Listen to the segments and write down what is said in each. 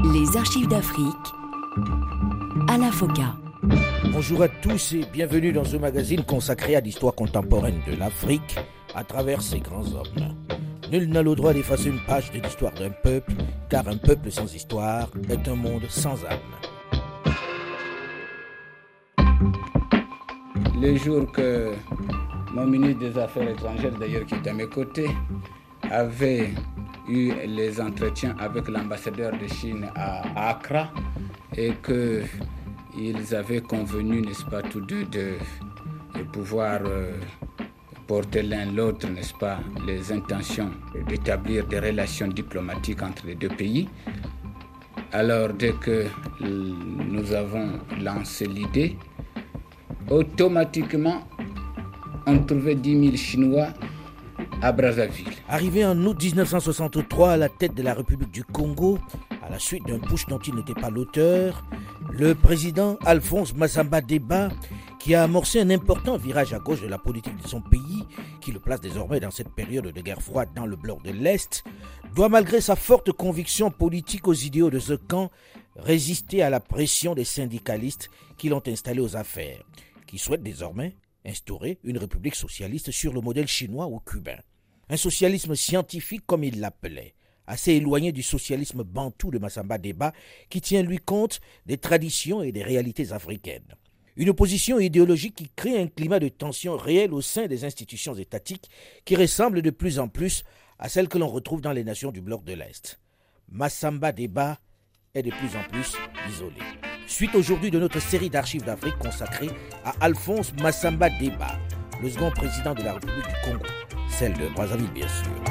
Les archives d'Afrique, Alain Foka. Bonjour à tous et bienvenue dans ce magazine consacré à l'histoire contemporaine de l'Afrique à travers ses grands hommes. Nul n'a le droit d'effacer une page de l'histoire d'un peuple, car un peuple sans histoire est un monde sans âme. Le jour que mon ministre des Affaires étrangères, d'ailleurs qui est à mes côtés, avait eu les entretiens avec l'ambassadeur de Chine à Accra et qu'ils avaient convenu, n'est-ce pas, tous deux de pouvoir porter l'un l'autre, n'est-ce pas, les intentions d'établir des relations diplomatiques entre les deux pays. Alors, dès que nous avons lancé l'idée, automatiquement, on trouvait 10 000 Chinois à Brazzaville. Arrivé en août 1963 à la tête de la République du Congo, à la suite d'un putsch dont il n'était pas l'auteur, le président Alphonse Massamba Deba, qui a amorcé un important virage à gauche de la politique de son pays, qui le place désormais dans cette période de guerre froide dans le bloc de l'Est, doit malgré sa forte conviction politique aux idéaux de ce camp, résister à la pression des syndicalistes qui l'ont installé aux affaires, qui souhaitent désormais instaurer une république socialiste sur le modèle chinois ou cubain. Un socialisme scientifique comme il l'appelait, assez éloigné du socialisme bantou de Massamba Deba qui tient lui compte des traditions et des réalités africaines. Une opposition idéologique qui crée un climat de tension réel au sein des institutions étatiques qui ressemble de plus en plus à celles que l'on retrouve dans les nations du bloc de l'Est. Massamba Deba est de plus en plus isolé. Suite aujourd'hui de notre série d'archives d'Afrique consacrée à Alphonse Massamba Deba, le second président de la République du Congo, celle de Brazzaville bien sûr.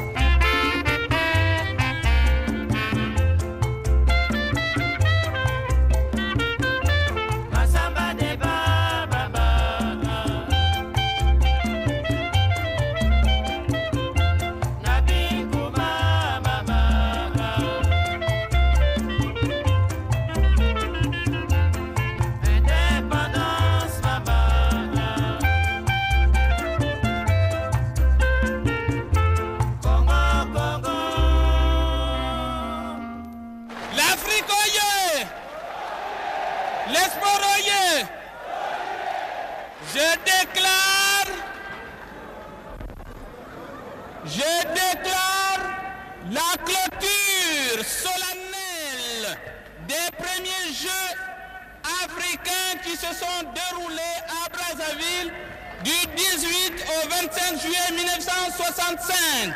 Je déclare la clôture solennelle des premiers Jeux africains qui se sont déroulés à Brazzaville du 18 au 25 juillet 1965.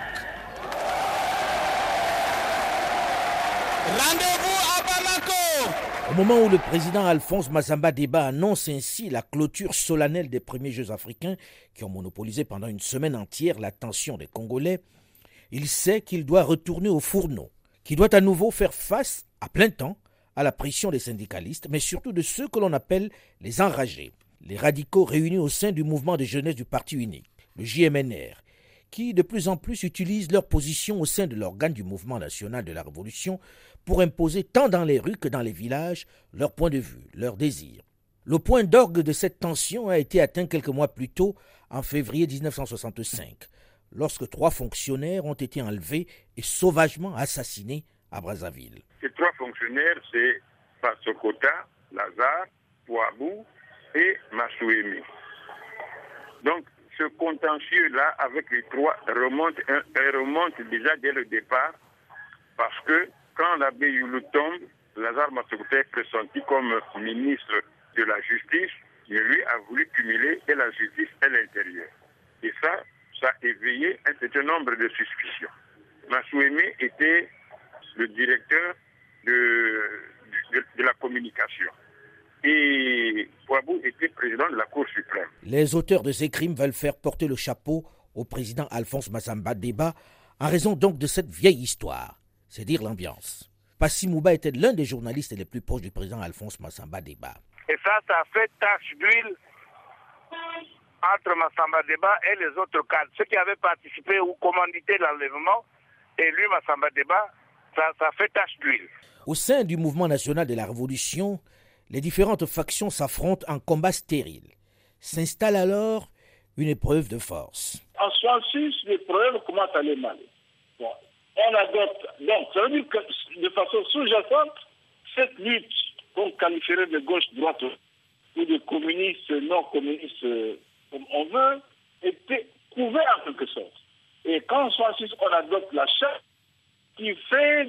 Rendez-vous à Bamako. Au moment où le président Alphonse Massamba Deba annonce ainsi la clôture solennelle des premiers Jeux africains qui ont monopolisé pendant une semaine entière l'attention des Congolais, il sait qu'il doit retourner au fourneau, qu'il doit à nouveau faire face à plein temps à la pression des syndicalistes, mais surtout de ceux que l'on appelle les enragés, les radicaux réunis au sein du mouvement de jeunesse du Parti unique, le JMNR, qui de plus en plus utilisent leur position au sein de l'organe du mouvement national de la Révolution pour imposer tant dans les rues que dans les villages leur point de vue, leurs désirs. Le point d'orgue de cette tension a été atteint quelques mois plus tôt, en février 1965, lorsque 3 fonctionnaires ont été enlevés et sauvagement assassinés à Brazzaville. Ces 3 fonctionnaires, c'est Passokota, Lazare, Pouabou et Masouemi. Donc, ce contentieux-là, avec les 3, remonte déjà dès le départ, parce que quand l'abbé Youlou tombe, Lazare Massokota est pressenti comme ministre de la Justice, mais lui a voulu cumuler et la justice et l'intérieur. Et ça a éveillé un certain nombre de suspicions. Masouemi était le directeur de la communication. Et Pouabou était président de la Cour suprême. Les auteurs de ces crimes veulent faire porter le chapeau au président Alphonse Massamba Deba en raison donc de cette vieille histoire, c'est dire l'ambiance. Passy Mouba était l'un des journalistes les plus proches du président Alphonse Massamba Deba. Et ça a fait tache d'huile entre Massamba Deba et les autres cadres, ceux qui avaient participé ou commandité l'enlèvement, et lui, Massamba Deba, ça a fait tache d'huile. Au sein du mouvement national de la Révolution, les différentes factions s'affrontent en combat stérile. S'installe alors une épreuve de force. En 66, l'épreuve commence à aller mal. Bon, on adopte. Donc, ça veut dire que de façon sous-jacente, cette lutte qu'on qualifierait de gauche-droite ou de communistes, non-communistes, comme on veut, était couverte en quelque sorte. Et qu'en 1966, on adopte la charte qui fait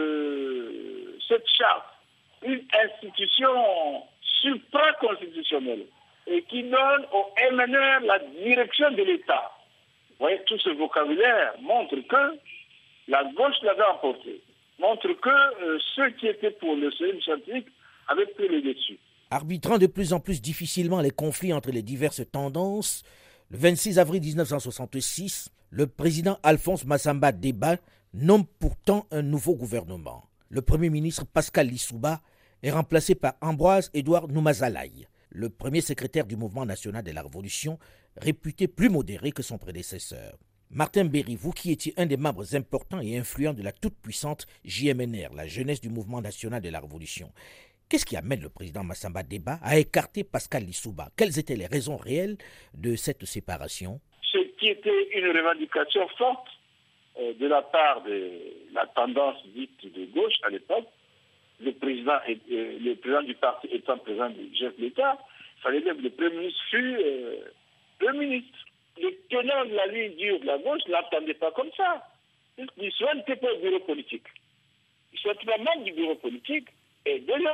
de cette charte une institution supraconstitutionnelle et qui donne au MNR la direction de l'État. Vous voyez, tout ce vocabulaire montre que la gauche l'avait emporté, montre que ceux qui étaient pour le socialisme scientifique avaient pris le dessus. Arbitrant de plus en plus difficilement les conflits entre les diverses tendances, le 26 avril 1966, le président Alphonse Massamba Déba nomme pourtant un nouveau gouvernement. Le Premier ministre Pascal Lissouba est remplacé par Ambroise-Édouard Noumazalaï, le premier secrétaire du Mouvement national de la Révolution, réputé plus modéré que son prédécesseur. Martin Berry, vous qui étiez un des membres importants et influents de la toute-puissante JMNR, la jeunesse du Mouvement national de la Révolution, qu'est-ce qui amène le président Massamba Déba à écarter Pascal Lissouba? Quelles étaient les raisons réelles de cette séparation? Ce qui était une revendication forte de la part de la tendance dite de gauche à l'époque, le président du parti étant président du chef de l'État, il fallait que le Premier ministre fût le ministre. Le tenant de la ligne dure de la gauche ne l'attendait pas comme ça. Lissouba n'était pas au bureau politique. Il n'était pas membre du bureau politique. Et déjà,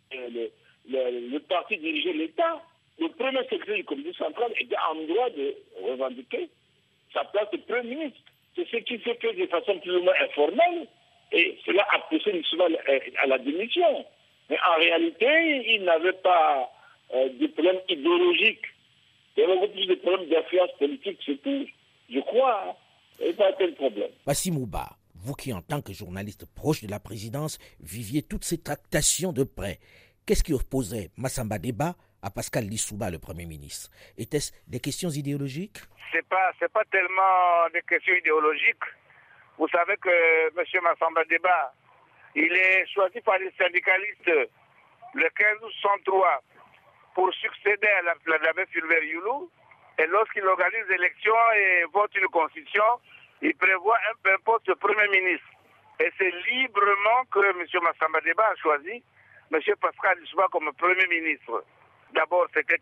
le parti dirigeait l'État. Le premier secrétaire du comité central était en droit de revendiquer sa place de Premier ministre. C'est ce qui s'est fait de façon plus ou moins informelle. Et cela a poussé Lissouba à la démission. Mais en réalité, il n'avait pas de problème idéologique. Il y avait beaucoup plus de problèmes d'influence politique, c'est tout. Je crois. Il n'y avait pas tel problème. Bassimouba, vous qui, en tant que journaliste proche de la présidence, viviez toutes ces tractations de près, qu'est-ce qui opposait Massamba Déba à Pascal Lissouba, le Premier ministre? Était-ce des questions idéologiques? C'est pas tellement des questions idéologiques. Vous savez que M. Massamba Déba, il est choisi par les syndicalistes le 15 août 1963 pour succéder à l'abbé Fulbert Youlou. Et lorsqu'il organise l'élection et vote une constitution, il prévoit un poste de Premier ministre. Et c'est librement que M. Massamba Déba a choisi M. Pascal Lissouba comme Premier ministre. D'abord, c'était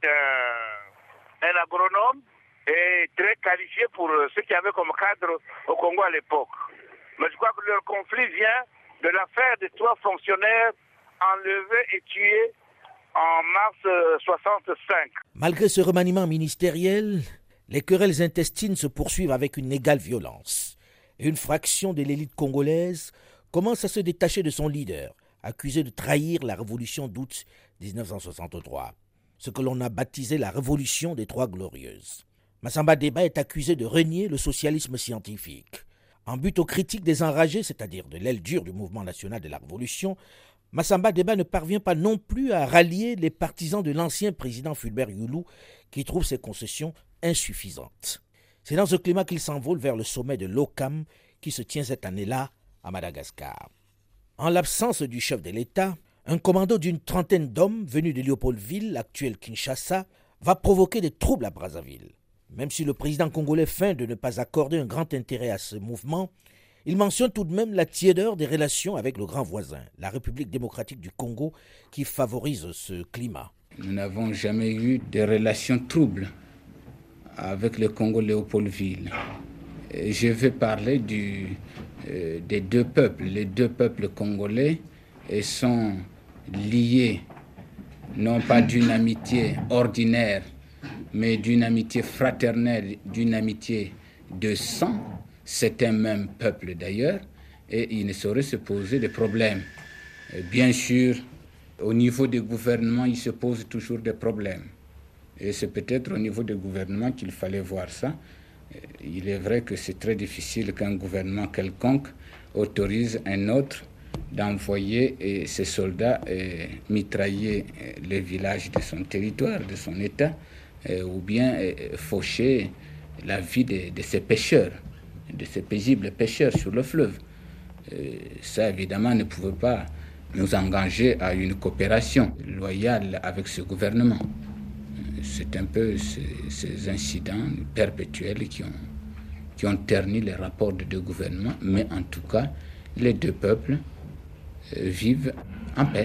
un agronome et très qualifié pour ce qu'il y avait comme cadre au Congo à l'époque. Mais je crois que le conflit vient de l'affaire des 3 fonctionnaires enlevés et tués en mars 1965. Malgré ce remaniement ministériel, les querelles intestines se poursuivent avec une égale violence. Et une fraction de l'élite congolaise commence à se détacher de son leader, accusé de trahir la révolution d'août 1963, ce que l'on a baptisé la révolution des 3 glorieuses. Massamba Déba est accusé de renier le socialisme scientifique. En but aux critiques des enragés, c'est-à-dire de l'aile dure du Mouvement national de la Révolution, Massamba Déba ne parvient pas non plus à rallier les partisans de l'ancien président Fulbert Youlou qui trouvent ses concessions insuffisantes. C'est dans ce climat qu'il s'envole vers le sommet de l'OCAM qui se tient cette année-là à Madagascar. En l'absence du chef de l'État, un commando d'une trentaine d'hommes venus de Léopoldville, l'actuel Kinshasa, va provoquer des troubles à Brazzaville. Même si le président congolais feint de ne pas accorder un grand intérêt à ce mouvement, il mentionne tout de même la tiédeur des relations avec le grand voisin, la République démocratique du Congo, qui favorise ce climat. Nous n'avons jamais eu de relations troubles avec le Congo-Léopoldville. Je vais parler des 2 peuples. Les 2 peuples congolais sont liés, non pas d'une amitié ordinaire, mais d'une amitié fraternelle, d'une amitié de sang. C'est un même peuple d'ailleurs, et il ne saurait se poser de problèmes. Bien sûr, au niveau des gouvernements, il se pose toujours des problèmes. Et c'est peut-être au niveau des gouvernements qu'il fallait voir ça. Il est vrai que c'est très difficile qu'un gouvernement quelconque autorise un autre d'envoyer ses soldats mitrailler les villages de son territoire, de son État, ou bien faucher la vie de ses pêcheurs, de ces paisibles pêcheurs sur le fleuve. Ça, évidemment, ne pouvait pas nous engager à une coopération loyale avec ce gouvernement. C'est un peu ces incidents perpétuels qui ont terni les rapports de 2 gouvernements, mais en tout cas, les 2 peuples vivent en paix.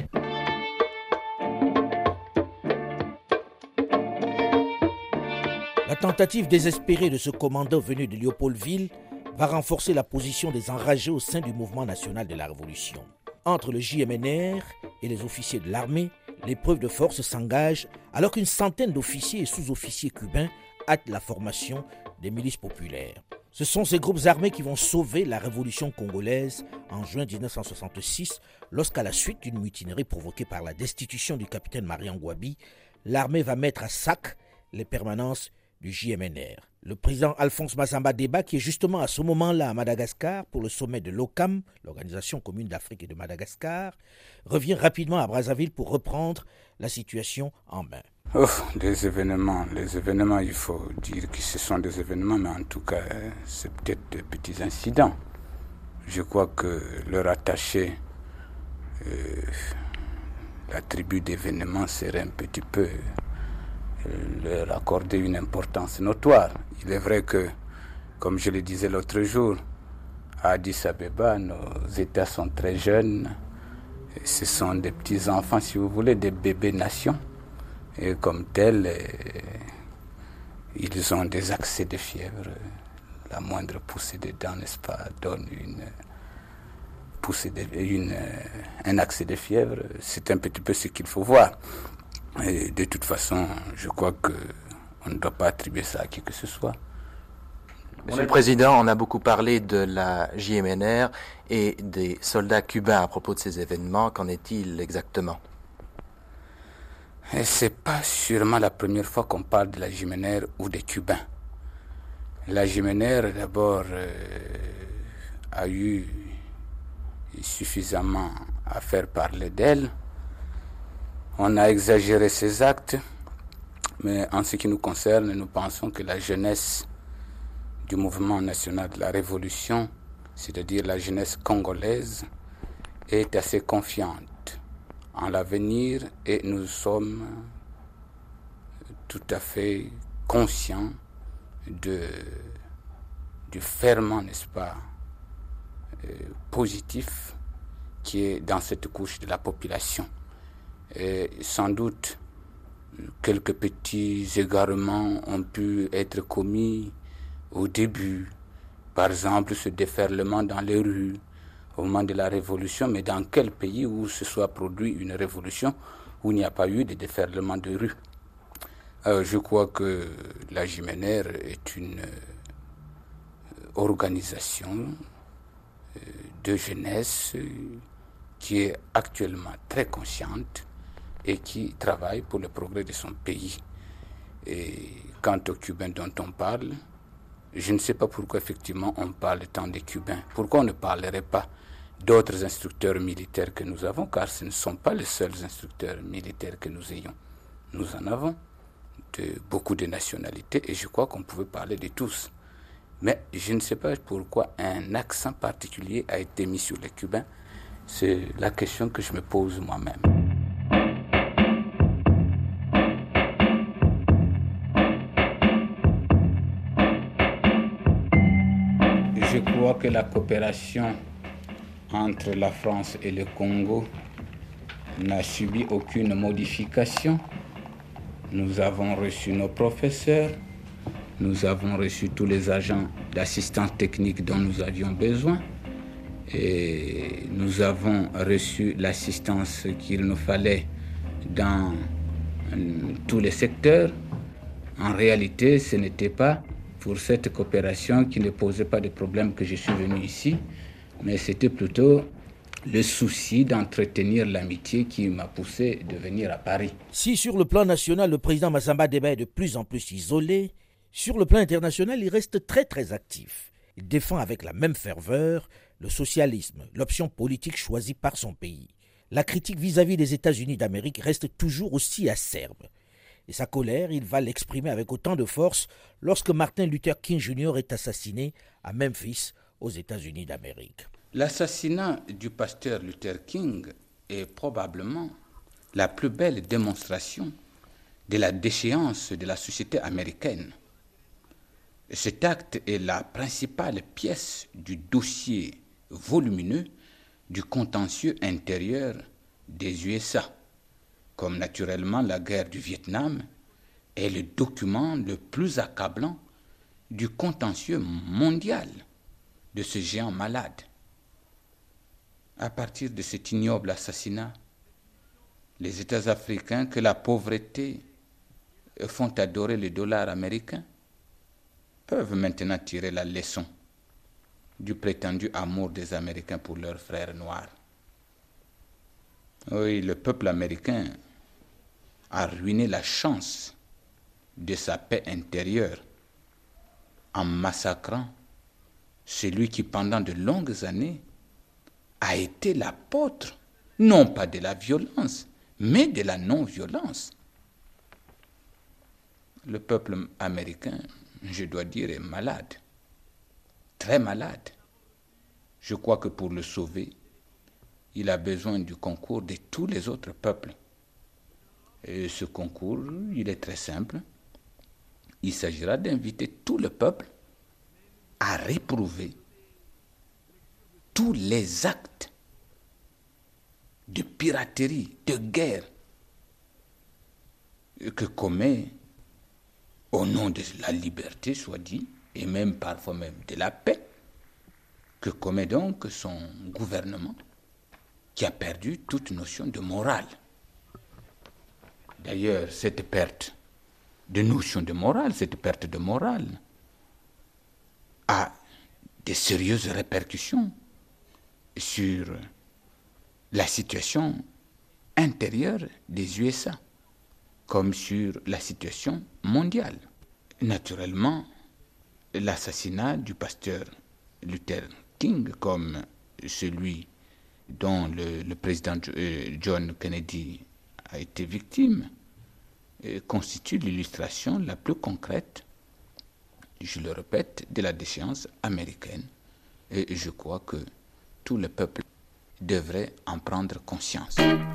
La tentative désespérée de ce commandant venu de Léopoldville va renforcer la position des enragés au sein du mouvement national de la Révolution. Entre le JMNR et les officiers de l'armée, l'épreuve de force s'engage alors qu'une centaine d'officiers et sous-officiers cubains hâtent la formation des milices populaires. Ce sont ces groupes armés qui vont sauver la révolution congolaise en juin 1966, lorsqu'à la suite d'une mutinerie provoquée par la destitution du capitaine Marian Ngouabi, l'armée va mettre à sac les permanences du JMNR. Le président Alphonse Massamba Deba, qui est justement à ce moment-là à Madagascar pour le sommet de l'OCAM, l'Organisation commune d'Afrique et de Madagascar, revient rapidement à Brazzaville pour reprendre la situation en main. Les événements, il faut dire que ce sont des événements, mais en tout cas, c'est peut-être des petits incidents. Je crois que leur attacher l'attribut d'événements serait un petit peu leur accorder une importance notoire. Il est vrai que, comme je le disais l'autre jour, à Addis Abeba, nos États sont très jeunes. Ce sont des petits-enfants, si vous voulez, des bébés-nations. Et comme tels, ils ont des accès de fièvre. La moindre poussée de dents, n'est-ce pas, donne un accès de fièvre. C'est un petit peu ce qu'il faut voir. Et de toute façon, je crois qu'on ne doit pas attribuer ça à qui que ce soit. Monsieur le Président, on a beaucoup parlé de la JMNR et des soldats cubains à propos de ces événements. Qu'en est-il exactement ? C'est pas sûrement la première fois qu'on parle de la JMNR ou des Cubains. La JMNR, d'abord, a eu suffisamment à faire parler d'elle. On a exagéré ses actes, mais en ce qui nous concerne, nous pensons que la jeunesse du mouvement national de la Révolution, c'est-à-dire la jeunesse congolaise, est assez confiante en l'avenir et nous sommes tout à fait conscients du ferment, n'est-ce pas, positif qui est dans cette couche de la population. Et sans doute, quelques petits égarements ont pu être commis au début. Par exemple, ce déferlement dans les rues au moment de la Révolution, mais dans quel pays où se soit produit une révolution où il n'y a pas eu de déferlement de rue? Je crois que la JMNR est une organisation de jeunesse qui est actuellement très consciente et qui travaille pour le progrès de son pays. Et quant aux Cubains dont on parle, je ne sais pas pourquoi effectivement on parle tant des Cubains. Pourquoi on ne parlerait pas d'autres instructeurs militaires que nous avons, car ce ne sont pas les seuls instructeurs militaires que nous ayons. Nous en avons de beaucoup de nationalités et je crois qu'on pouvait parler de tous. Mais je ne sais pas pourquoi un accent particulier a été mis sur les Cubains. C'est la question que je me pose moi-même. Je crois que la coopération entre la France et le Congo n'a subi aucune modification. Nous avons reçu nos professeurs, nous avons reçu tous les agents d'assistance technique dont nous avions besoin et nous avons reçu l'assistance qu'il nous fallait dans tous les secteurs. En réalité, ce n'était pas pour cette coopération qui ne posait pas de problème que je suis venu ici, mais c'était plutôt le souci d'entretenir l'amitié qui m'a poussé de venir à Paris. Si sur le plan national, le président Massamba Deba est de plus en plus isolé, sur le plan international, il reste très actif. Il défend avec la même ferveur le socialisme, l'option politique choisie par son pays. La critique vis-à-vis des États-Unis d'Amérique reste toujours aussi acerbe. Et sa colère, il va l'exprimer avec autant de force lorsque Martin Luther King Jr. est assassiné à Memphis, aux États-Unis d'Amérique. L'assassinat du pasteur Luther King est probablement la plus belle démonstration de la déchéance de la société américaine. Cet acte est la principale pièce du dossier volumineux du contentieux intérieur des USA, comme naturellement la guerre du Vietnam est le document le plus accablant du contentieux mondial de ce géant malade. À partir de cet ignoble assassinat, les États africains que la pauvreté font adorer le dollar américain peuvent maintenant tirer la leçon du prétendu amour des Américains pour leurs frères noirs. Oui, le peuple américain a ruiné la chance de sa paix intérieure en massacrant celui qui pendant de longues années a été l'apôtre, non pas de la violence, mais de la non-violence. Le peuple américain, je dois dire, est malade, très malade. Je crois que pour le sauver, il a besoin du concours de tous les autres peuples. Et ce concours, il est très simple. Il s'agira d'inviter tout le peuple à réprouver tous les actes de piraterie, de guerre que commet, au nom de la liberté, soit dit, et même parfois même de la paix, que commet donc son gouvernement, qui a perdu toute notion de morale. D'ailleurs, cette perte de notion de morale, cette perte de morale, a de sérieuses répercussions sur la situation intérieure des USA, comme sur la situation mondiale. Naturellement, l'assassinat du pasteur Luther King, comme celui dont le président John Kennedy a été victime, constitue l'illustration la plus concrète, je le répète, de la déchéance américaine. Et je crois que tout le peuple devrait en prendre conscience.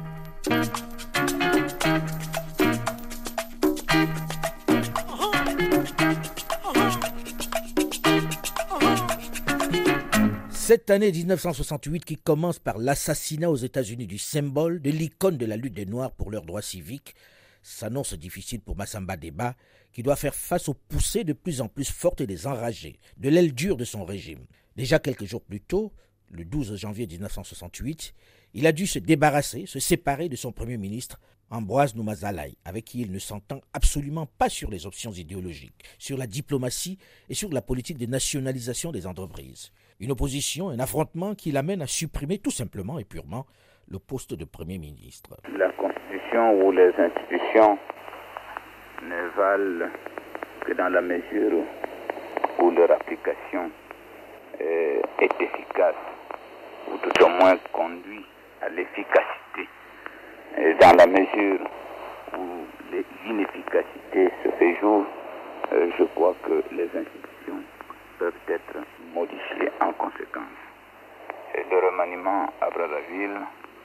Cette année 1968 qui commence par l'assassinat aux États-Unis du symbole, de l'icône de la lutte des Noirs pour leurs droits civiques, s'annonce difficile pour Massamba Deba, qui doit faire face aux poussées de plus en plus fortes des enragés, de l'aile dure de son régime. Déjà quelques jours plus tôt, le 12 janvier 1968, il a dû se débarrasser, se séparer de son premier ministre, Ambroise Noumazalaï, avec qui il ne s'entend absolument pas sur les options idéologiques, sur la diplomatie et sur la politique de nationalisation des entreprises. Une opposition, un affrontement qui l'amène à supprimer tout simplement et purement le poste de Premier ministre. La Constitution ou les institutions ne valent que dans la mesure où leur application est efficace, ou tout au moins conduit à l'efficacité. Et dans la mesure où l'inefficacité se fait jour, je crois que les institutions peuvent être modifiées en conséquence. Et le remaniement à Brazzaville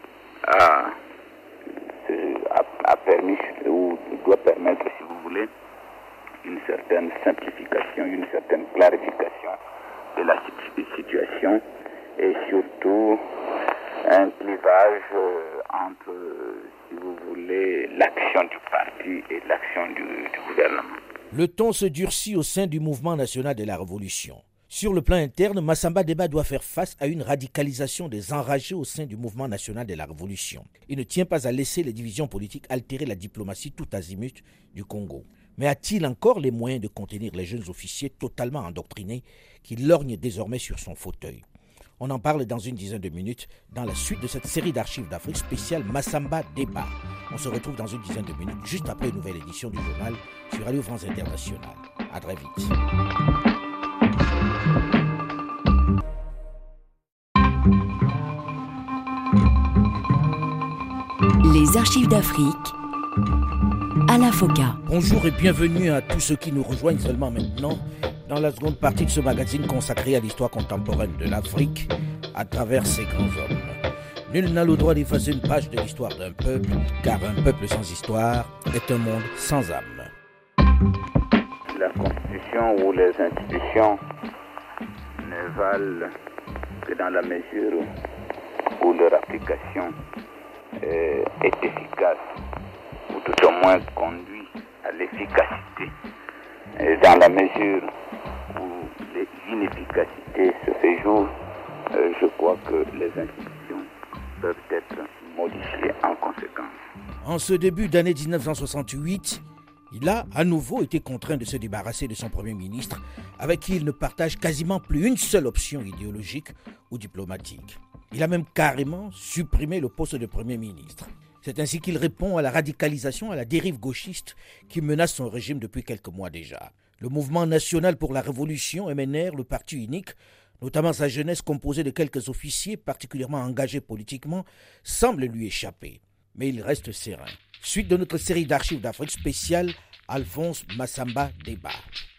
a permis, ou doit permettre, si vous voulez, une certaine simplification, une certaine clarification de la situation et surtout un clivage entre, si vous voulez, l'action du parti et l'action du gouvernement. Le ton se durcit au sein du mouvement national de la Révolution. Sur le plan interne, Massamba Deba doit faire face à une radicalisation des enragés au sein du mouvement national de la Révolution. Il ne tient pas à laisser les divisions politiques altérer la diplomatie tout azimut du Congo. Mais a-t-il encore les moyens de contenir les jeunes officiers totalement endoctrinés qui lorgnent désormais sur son fauteuil ? On en parle dans une dizaine de minutes dans la suite de cette série d'archives d'Afrique spéciale Massamba Deba. On se retrouve dans une dizaine de minutes juste après une nouvelle édition du journal sur Radio France Internationale. À très vite. Les archives d'Afrique à la FOCA. Bonjour et bienvenue à tous ceux qui nous rejoignent seulement maintenant dans la seconde partie de ce magazine consacré à l'histoire contemporaine de l'Afrique à travers ses grands hommes. Nul n'a le droit d'effacer une page de l'histoire d'un peuple, car un peuple sans histoire est un monde sans âme. La Constitution ou les institutions ne valent que dans la mesure où leur application est efficace, ou tout au moins conduit à l'efficacité, dans la mesure où les inefficacités se fait jour, je crois que les institutions peuvent être modifiées en conséquence. En ce début d'année 1968, il a à nouveau été contraint de se débarrasser de son Premier ministre, avec qui il ne partage quasiment plus une seule option idéologique ou diplomatique. Il a même carrément supprimé le poste de Premier ministre. C'est ainsi qu'il répond à la radicalisation, à la dérive gauchiste qui menace son régime depuis quelques mois déjà. Le Mouvement national pour la révolution, MNR, le parti unique, notamment sa jeunesse composée de quelques officiers particulièrement engagés politiquement, semble lui échapper. Mais il reste serein. Suite de notre série d'archives d'Afrique spéciale, Alphonse Massamba Déba.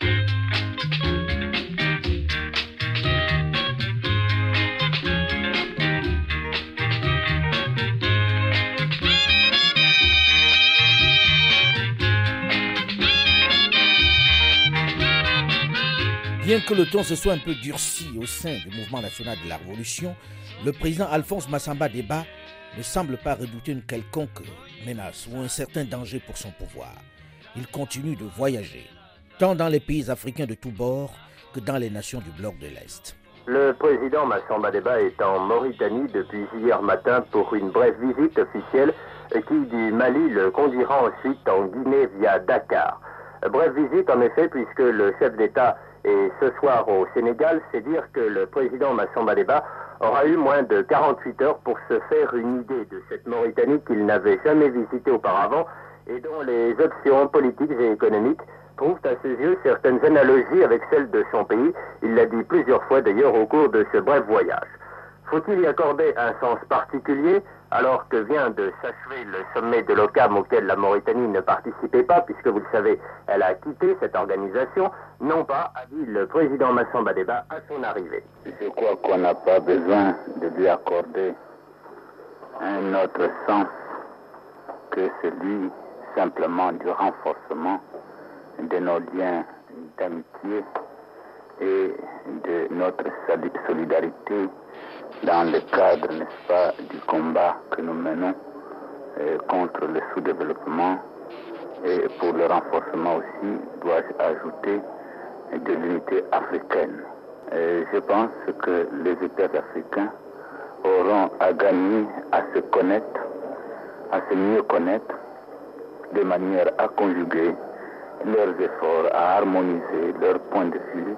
Bien que le ton se soit un peu durci au sein du Mouvement national de la Révolution, le président Alphonse Massamba Déba ne semble pas redouter une quelconque menace ou un certain danger pour son pouvoir. Il continue de voyager, tant dans les pays africains de tous bords que dans les nations du bloc de l'Est. Le président Massamba Déba est en Mauritanie depuis hier matin pour une brève visite officielle qui, du Mali, le conduira ensuite en Guinée via Dakar. Brève visite en effet, puisque le chef d'État est ce soir au Sénégal, c'est dire que le président Massamba Déba aura eu moins de 48 heures pour se faire une idée de cette Mauritanie qu'il n'avait jamais visitée auparavant et dont les options politiques et économiques trouvent à ses yeux certaines analogies avec celles de son pays. Il l'a dit plusieurs fois d'ailleurs au cours de ce bref voyage. Faut-il y accorder un sens particulier alors que vient de s'achever le sommet de l'OCAM auquel la Mauritanie ne participait pas, puisque vous le savez, elle a quitté cette organisation? Non pas, a dit le président Massamba Déba à son arrivée. Je crois qu'on n'a pas besoin de lui accorder un autre sens que celui simplement du renforcement de nos liens d'amitié et de notre solidarité dans le cadre, n'est-ce pas, du combat que nous menons contre le sous-développement et pour le renforcement aussi, dois-je ajouter, de l'unité africaine. Je pense que les États africains auront à gagner à se connaître, à se mieux connaître, de manière à conjuguer leurs efforts, à harmoniser leurs points de vue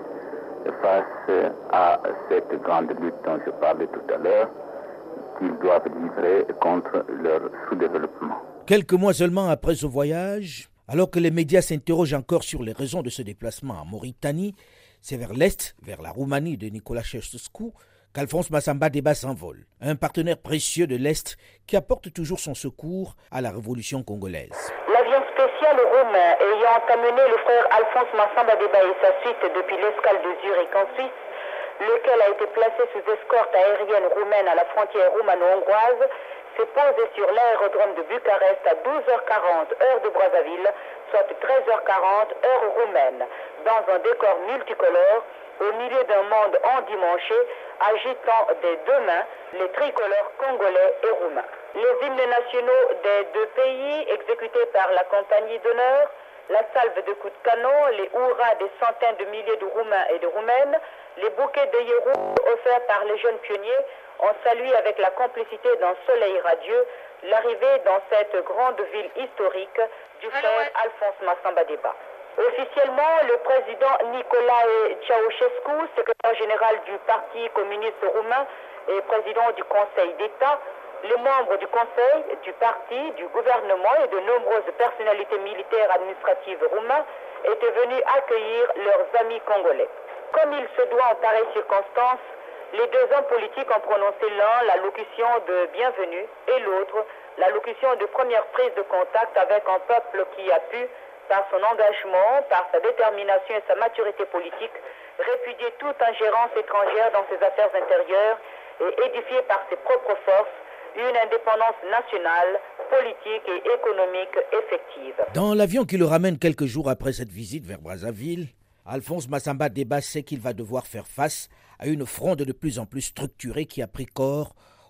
face à cette grande lutte dont je parlais tout à l'heure, qu'ils doivent livrer contre leur sous-développement. Quelques mois seulement après ce voyage, alors que les médias s'interrogent encore sur les raisons de ce déplacement en Mauritanie, c'est vers l'Est, vers la Roumanie de Nicolas Ceausescu, qu'Alphonse Massamba Déba s'envole, un partenaire précieux de l'Est qui apporte toujours son secours à la révolution congolaise. L'avion spécial roumain ayant amené le frère Alphonse Massamba Déba et sa suite depuis l'escale de Zurich en Suisse, lequel a été placé sous escorte aérienne roumaine à la frontière roumano-hongroise, s'est posé sur l'aérodrome de Bucarest à 12h40 heure de Brazzaville, soit 13h40 heure roumaine, dans un décor multicolore, au milieu d'un monde endimanché, agitant des deux mains les tricolores congolais et roumains. Les hymnes nationaux des deux pays, exécutés par la compagnie d'honneur, la salve de coups de canon, les hurrahs des centaines de milliers de Roumains et de Roumaines, les bouquets de héros offerts par les jeunes pionniers ont salué avec la complicité d'un soleil radieux l'arrivée dans cette grande ville historique du frère Alphonse Massamba Déba. Officiellement, le président Nicolae Ceausescu, secrétaire général du Parti communiste roumain et président du Conseil d'État, les membres du Conseil, du Parti, du gouvernement et de nombreuses personnalités militaires administratives roumains étaient venus accueillir leurs amis congolais. Comme il se doit en pareille circonstance, les deux hommes politiques ont prononcé l'un l'allocution de bienvenue et l'autre l'allocution de première prise de contact avec un peuple qui a pu, par son engagement, par sa détermination et sa maturité politique, répudier toute ingérence étrangère dans ses affaires intérieures et édifier par ses propres forces une indépendance nationale, politique et économique effective. Dans l'avion qui le ramène quelques jours après cette visite vers Brazzaville, Alphonse Massamba Déba sait qu'il va devoir faire face à une fronde de plus en plus structurée qui a pris corps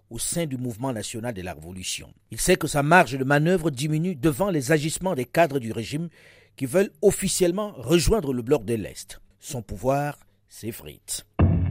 au sein du mouvement national de la Révolution. Il sait que sa marge de manœuvre diminue devant les agissements des cadres du régime qui veulent officiellement rejoindre le bloc de l'Est. Son pouvoir s'effrite.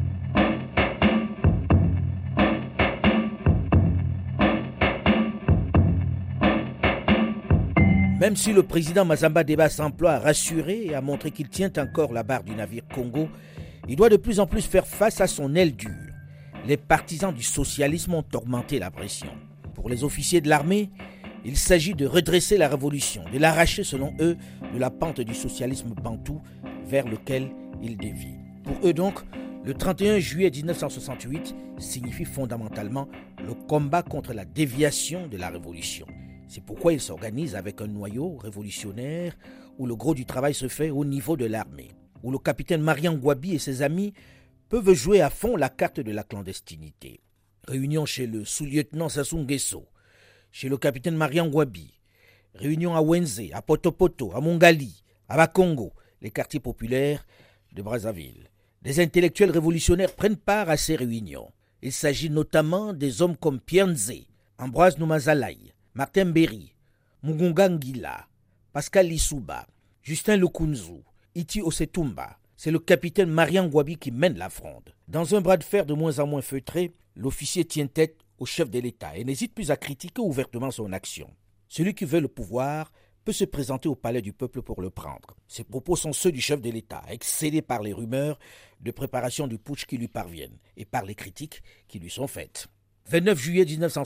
Même si le président Mazamba Deba s'emploie à rassurer et à montrer qu'il tient encore la barre du navire Congo, il doit de plus en plus faire face à son aile dure. Les partisans du socialisme ont augmenté la pression. Pour les officiers de l'armée, il s'agit de redresser la révolution, de l'arracher selon eux de la pente du socialisme bantou vers lequel il dévie. Pour eux donc, le 31 juillet 1968 signifie fondamentalement le combat contre la déviation de la révolution. C'est pourquoi ils s'organisent avec un noyau révolutionnaire où le gros du travail se fait au niveau de l'armée, où le capitaine Marian Gwabi et ses amis peuvent jouer à fond la carte de la clandestinité. Réunion chez le sous-lieutenant Sassou Nguesso, chez le capitaine Marian Gwabi, réunion à Wenze, à Potopoto, à Mongali, à Bakongo, les quartiers populaires de Brazzaville. Des intellectuels révolutionnaires prennent part à ces réunions. Il s'agit notamment des hommes comme Pierre Nzé, Ambroise Noumazalaï, Martin Berry, Mugunga Ngila, Pascal Lissouba, Justin Lukunzu, Iti Osetumba. C'est le capitaine Marian Gwabi qui mène la fronde. Dans un bras de fer de moins en moins feutré, l'officier tient tête au chef de l'État et n'hésite plus à critiquer ouvertement son action. Celui qui veut le pouvoir peut se présenter au palais du peuple pour le prendre. Ses propos sont ceux du chef de l'État, excédé par les rumeurs de préparation du putsch qui lui parviennent et par les critiques qui lui sont faites. 29 juillet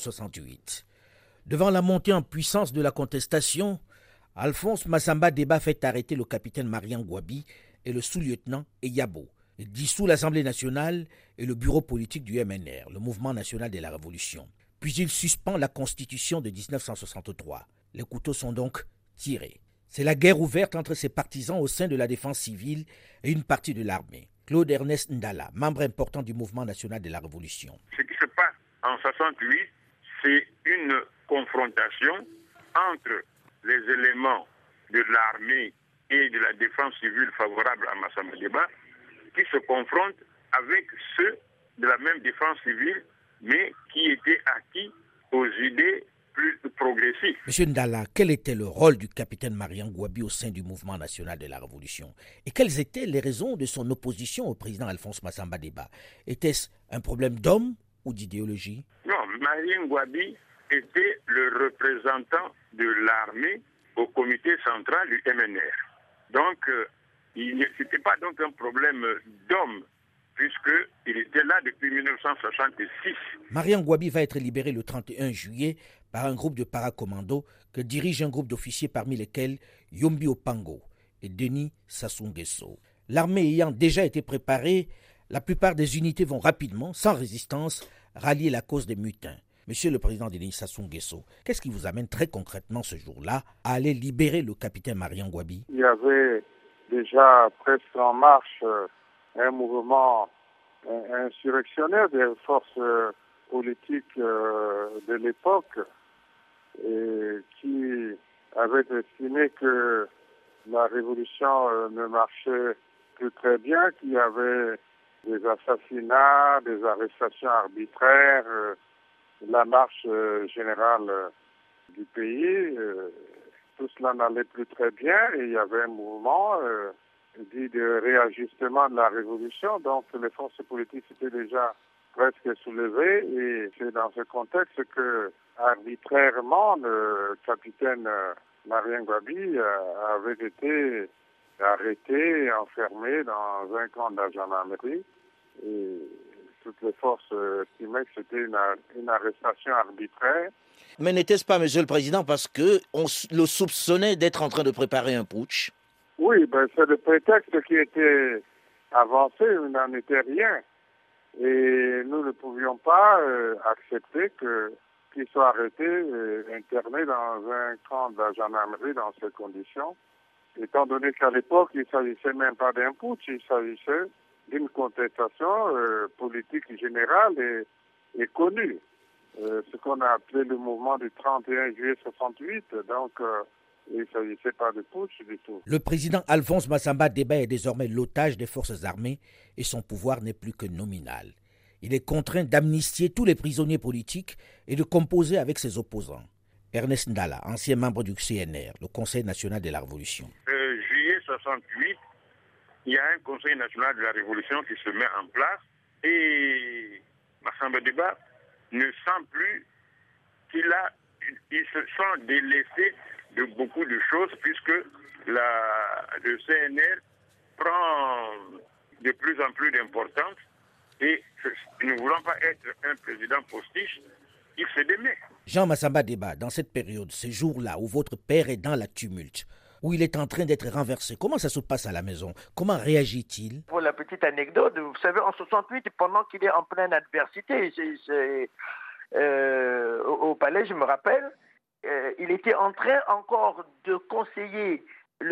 1968. Devant la montée en puissance de la contestation, Alphonse Massamba Deba fait arrêter le capitaine Marian Gwabi et le sous-lieutenant Eyabo. Il dissout l'Assemblée nationale et le bureau politique du MNR, le Mouvement national de la Révolution. Puis il suspend la Constitution de 1963. Les couteaux sont donc tirés. C'est la guerre ouverte entre ses partisans au sein de la défense civile et une partie de l'armée. Claude Ernest Ndala, membre important du Mouvement national de la Révolution. Ce qui se passe en 68, c'est une confrontation entre les éléments de l'armée et de la défense civile favorable à Massamba Deba qui se confrontent avec ceux de la même défense civile mais qui étaient acquis aux idées plus progressistes. Monsieur Ndala, quel était le rôle du capitaine Marian Gwabi au sein du Mouvement national de la Révolution? Et quelles étaient les raisons de son opposition au président Alphonse Massamba Deba? Était-ce un problème d'homme ou d'idéologie? Non, Marian Gwabi était le représentant de l'armée au comité central du MNR. Donc, ce n'était pas donc un problème d'homme, puisqu'il était là depuis 1966. Marian Gwabi va être libéré le 31 juillet par un groupe de paracommandos que dirige un groupe d'officiers parmi lesquels Yombi Opango et Denis Sassou Nguesso. L'armée ayant déjà été préparée, la plupart des unités vont rapidement, sans résistance, rallier la cause des mutins. Monsieur le président Denis Sassou Nguesso, qu'est-ce qui vous amène très concrètement ce jour-là à aller libérer le capitaine Marian Gwabi? Il y avait déjà presque en marche un mouvement insurrectionnaire des forces politiques de l'époque et qui avait estimé que la révolution ne marchait plus très bien, qu'il y avait des assassinats, des arrestations arbitraires, la marche générale du pays, tout cela n'allait plus très bien et il y avait un mouvement dit de réajustement de la révolution. Donc les forces politiques étaient déjà presque soulevées et c'est dans ce contexte que arbitrairement le capitaine Marian Gwabi avait été arrêté et enfermé dans un camp de la gendarmerie et toutes les forces estimaient que c'était une arrestation arbitraire. Mais n'était-ce pas, Monsieur le Président, parce qu'on le soupçonnait d'être en train de préparer un putsch? Oui, c'est le prétexte qui était avancé, il n'en était rien. Et nous ne pouvions pas accepter qu'il soit arrêté et interné dans un camp de la gendarmerie dans ces conditions, étant donné qu'à l'époque, il ne s'agissait même pas d'un putsch, il s'agissait d'une contestation politique générale et connue. Ce qu'on a appelé le mouvement du 31 juillet 68. Donc, il ne s'agissait pas de putsch du tout. Le président Alphonse Massamba Deba est désormais l'otage des forces armées et son pouvoir n'est plus que nominal. Il est contraint d'amnistier tous les prisonniers politiques et de composer avec ses opposants. Ernest Ndala, ancien membre du CNR, le Conseil national de la Révolution. Juillet 68, il y a un Conseil national de la Révolution qui se met en place et Massamba Déba ne sent plus qu'il se sent délaissé de beaucoup de choses puisque le CNR prend de plus en plus d'importance et ne voulant pas être un président postiche, il se démet. Jean Massamba Déba, dans cette période, ces jours-là où votre père est dans la tumulte, où il est en train d'être renversé, comment ça se passe à la maison? Comment réagit-il? Pour la petite anecdote, vous savez, en 68, pendant qu'il est en pleine adversité, au palais, je me rappelle, il était en train encore de conseiller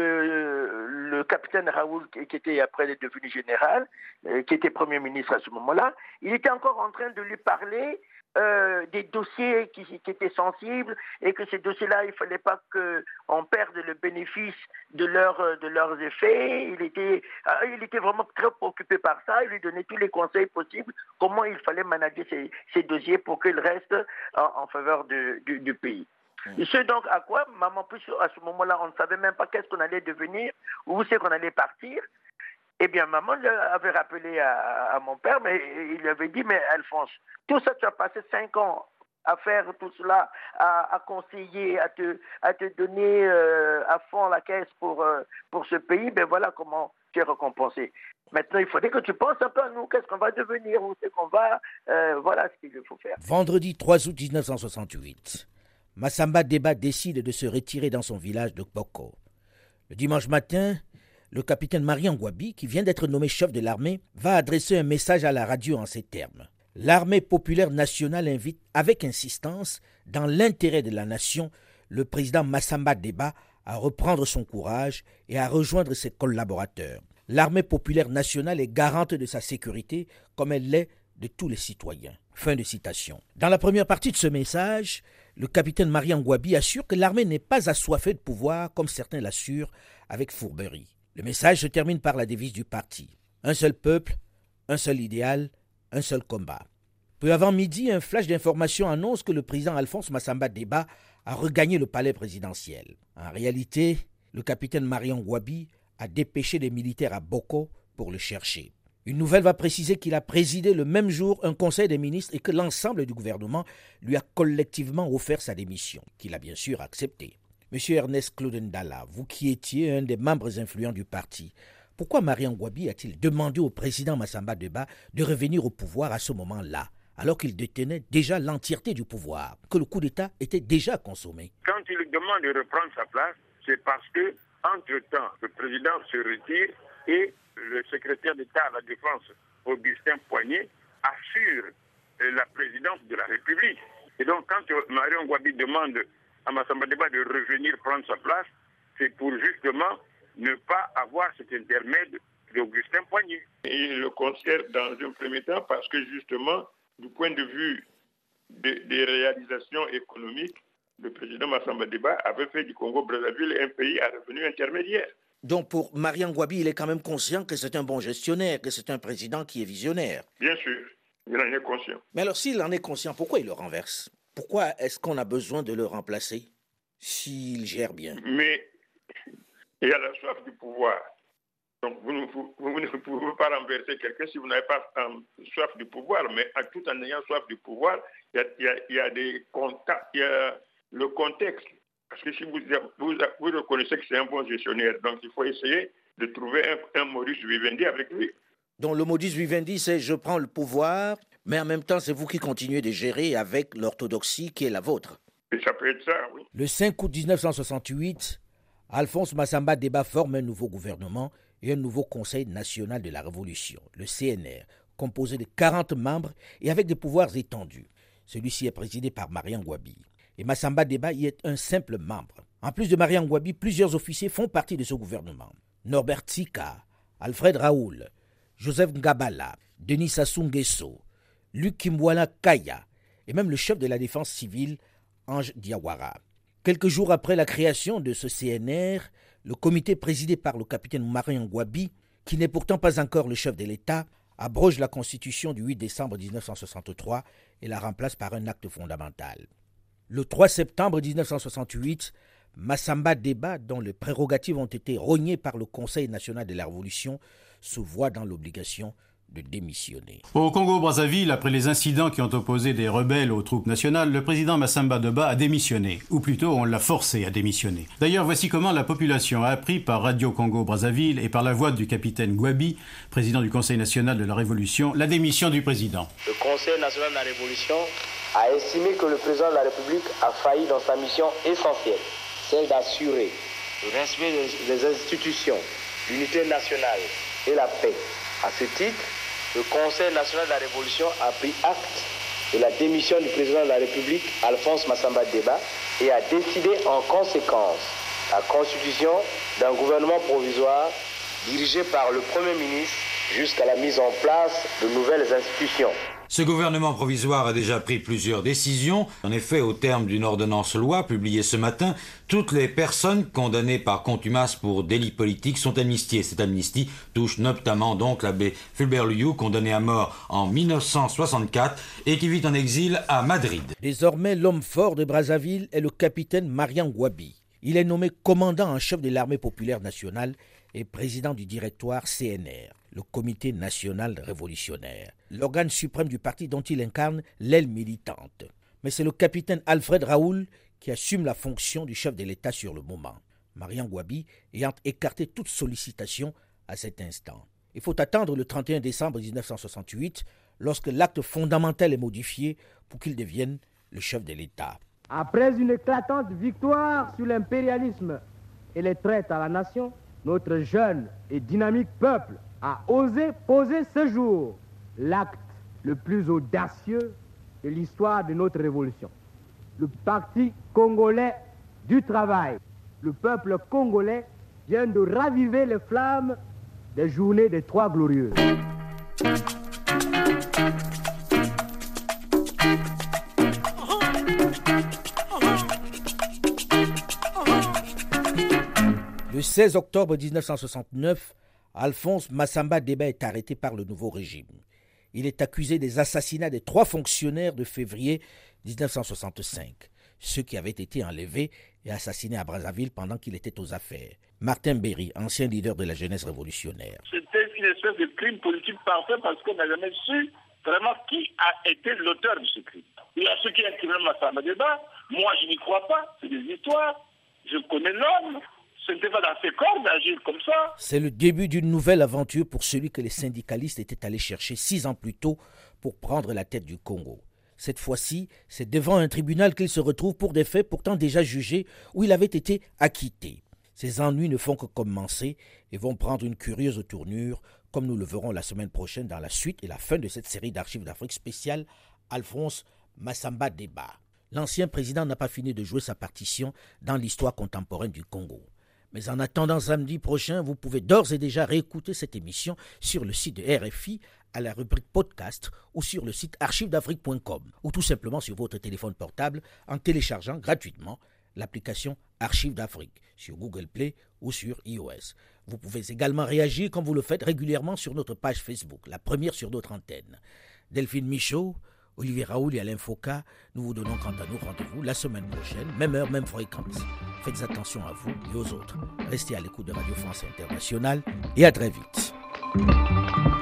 le capitaine Raoul, qui était après devenu général, qui était Premier ministre à ce moment-là. Il était encore en train de lui parler des dossiers qui étaient sensibles et que ces dossiers-là, il ne fallait pas qu'on perde le bénéfice de leurs effets. Il était vraiment très préoccupé par ça. Il lui donnait tous les conseils possibles, comment il fallait manager ces dossiers pour qu'ils restent en faveur du pays. Et ce donc à quoi, maman, plus à ce moment-là, on ne savait même pas qu'est-ce qu'on allait devenir, où c'est qu'on allait partir. Eh bien, maman avait rappelé à mon père, mais il lui avait dit, mais Alphonse, tout ça, tu as passé 5 ans à faire tout cela, à conseiller, à te donner à fond la caisse pour ce pays, ben voilà comment tu es récompensé. Maintenant, il faudrait que tu penses un peu à nous, qu'est-ce qu'on va devenir, où c'est qu'on va, voilà ce qu'il faut faire. Vendredi 3 août 1968, Massamba Déba décide de se retirer dans son village de Boko. Le dimanche matin, le capitaine Marian Ngouabi, qui vient d'être nommé chef de l'armée, va adresser un message à la radio en ces termes. L'armée populaire nationale invite avec insistance, dans l'intérêt de la nation, le président Massamba Déba à reprendre son courage et à rejoindre ses collaborateurs. L'armée populaire nationale est garante de sa sécurité comme elle l'est de tous les citoyens. Fin de citation. Dans la première partie de ce message, le capitaine Marian Ngouabi assure que l'armée n'est pas assoiffée de pouvoir comme certains l'assurent avec fourberie. Le message se termine par la devise du parti. Un seul peuple, un seul idéal, un seul combat. Peu avant midi, un flash d'information annonce que le président Alphonse Massamba Déba a regagné le palais présidentiel. En réalité, le capitaine Marian Ngouabi a dépêché des militaires à Boko pour le chercher. Une nouvelle va préciser qu'il a présidé le même jour un conseil des ministres et que l'ensemble du gouvernement lui a collectivement offert sa démission, qu'il a bien sûr acceptée. Monsieur Ernest Claude Ndala, vous qui étiez un des membres influents du parti, pourquoi Marian Ngouabi a-t-il demandé au président Massamba Déba de revenir au pouvoir à ce moment-là, alors qu'il détenait déjà l'entièreté du pouvoir, que le coup d'État était déjà consommé? Quand il demande de reprendre sa place, c'est parce que, entre-temps, le président se retire et le secrétaire d'État à la Défense, Augustin Poignet, assure la présidence de la République. Et donc, quand Marian Ngouabi demande à Massamba Déba de revenir prendre sa place, c'est pour justement ne pas avoir cet intermède d'Augustin Poignet. Il le considère dans un premier temps parce que justement, du point de vue des réalisations économiques, le président Massamba Déba avait fait du Congo-Brazzaville un pays à revenu intermédiaire. Donc pour Marian Ngouabi, il est quand même conscient que c'est un bon gestionnaire, que c'est un président qui est visionnaire. Bien sûr, il en est conscient. Mais alors s'il en est conscient, pourquoi il le renverse? Pourquoi est-ce qu'on a besoin de le remplacer s'il gère bien? Mais il y a la soif du pouvoir. Donc vous ne pouvez pas renverser quelqu'un si vous n'avez pas soif du pouvoir, mais tout en ayant soif du pouvoir, il y a des contacts, il y a le contexte. Parce que si vous reconnaissez que c'est un bon gestionnaire, donc il faut essayer de trouver un modus vivendi avec lui. Donc le modus vivendi, c'est je prends le pouvoir, mais en même temps, c'est vous qui continuez de gérer avec l'orthodoxie qui est la vôtre. Et ça peut être ça, oui. Le 5 août 1968, Alphonse Massamba Déba forme un nouveau gouvernement et un nouveau Conseil national de la Révolution, le CNR, composé de 40 membres et avec des pouvoirs étendus. Celui-ci est présidé par Marian Ngouabi. Et Massamba Déba y est un simple membre. En plus de Marian Ngouabi, plusieurs officiers font partie de ce gouvernement. Norbert Tsika, Alfred Raoul, Joseph Ngabala, Denis Sassou Nguesso, Luc Kimbwala Kaya et même le chef de la défense civile, Ange Diawara. Quelques jours après la création de ce CNR, le comité présidé par le capitaine Marian Ngouabi, qui n'est pourtant pas encore le chef de l'État, abroge la Constitution du 8 décembre 1963 et la remplace par un acte fondamental. Le 3 septembre 1968, Massamba Deba, dont les prérogatives ont été rognées par le Conseil national de la Révolution, se voit dans l'obligation de démissionner. Au Congo-Brazzaville, après les incidents qui ont opposé des rebelles aux troupes nationales, le président Massamba Deba a démissionné, ou plutôt on l'a forcé à démissionner. D'ailleurs, voici comment la population a appris par Radio Congo-Brazzaville et par la voix du capitaine Gwabi, président du Conseil national de la Révolution, la démission du président. Le Conseil national de la Révolution a estimé que le président de la République a failli dans sa mission essentielle, celle d'assurer le respect des institutions, l'unité nationale et la paix. À ce titre, le Conseil national de la Révolution a pris acte de la démission du président de la République, Alphonse Massamba Deba, et a décidé en conséquence la constitution d'un gouvernement provisoire dirigé par le Premier ministre jusqu'à la mise en place de nouvelles institutions. Ce gouvernement provisoire a déjà pris plusieurs décisions. En effet, au terme d'une ordonnance-loi publiée ce matin, toutes les personnes condamnées par contumace pour délits politiques sont amnistiées. Cette amnistie touche notamment donc l'abbé Fulbert Luyou, condamné à mort en 1964 et qui vit en exil à Madrid. Désormais, l'homme fort de Brazzaville est le capitaine Marian Gwabi. Il est nommé commandant en chef de l'armée populaire nationale et président du directoire CNR, le Comité national révolutionnaire, l'organe suprême du parti dont il incarne l'aile militante. Mais c'est le capitaine Alfred Raoul qui assume la fonction du chef de l'État sur le moment, Marian Gwabi ayant écarté toute sollicitation à cet instant. Il faut attendre le 31 décembre 1968, lorsque l'acte fondamental est modifié pour qu'il devienne le chef de l'État. Après une éclatante victoire sur l'impérialisme et les traites à la nation, notre jeune et dynamique peuple a osé poser ce jour l'acte le plus audacieux de l'histoire de notre révolution. Le Parti congolais du travail, le peuple congolais vient de raviver les flammes des journées des Trois Glorieuses. Le 16 octobre 1969, Alphonse Massamba Deba est arrêté par le nouveau régime. Il est accusé des assassinats des 3 fonctionnaires de février 1965, ceux qui avaient été enlevés et assassinés à Brazzaville pendant qu'il était aux affaires. Martin Berry, ancien leader de la jeunesse révolutionnaire. C'était une espèce de crime politique parfait parce qu'on n'a jamais su vraiment qui a été l'auteur de ce crime. Il y a ceux qui incriminent Massamba Deba. Moi, je n'y crois pas. C'est des histoires. Je connais l'homme. Ce n'était pas dans ses corps d'agir comme ça. C'est le début d'une nouvelle aventure pour celui que les syndicalistes étaient allés chercher 6 ans plus tôt pour prendre la tête du Congo. Cette fois-ci, c'est devant un tribunal qu'il se retrouve pour des faits pourtant déjà jugés où il avait été acquitté. Ses ennuis ne font que commencer et vont prendre une curieuse tournure, comme nous le verrons la semaine prochaine dans la suite et la fin de cette série d'archives d'Afrique spéciale Alphonse Massamba Deba. L'ancien président n'a pas fini de jouer sa partition dans l'histoire contemporaine du Congo. Mais en attendant samedi prochain, vous pouvez d'ores et déjà réécouter cette émission sur le site de RFI à la rubrique podcast ou sur le site archivedafrique.com ou tout simplement sur votre téléphone portable en téléchargeant gratuitement l'application Archives d'Afrique sur Google Play ou sur iOS. Vous pouvez également réagir comme vous le faites régulièrement sur notre page Facebook, la première sur notre antenne. Delphine Michaud, Olivier Raoul et Alain Foucault, nous vous donnons quant à nous rendez-vous la semaine prochaine, même heure, même fréquence. Faites attention à vous et aux autres. Restez à l'écoute de Radio France Internationale et à très vite.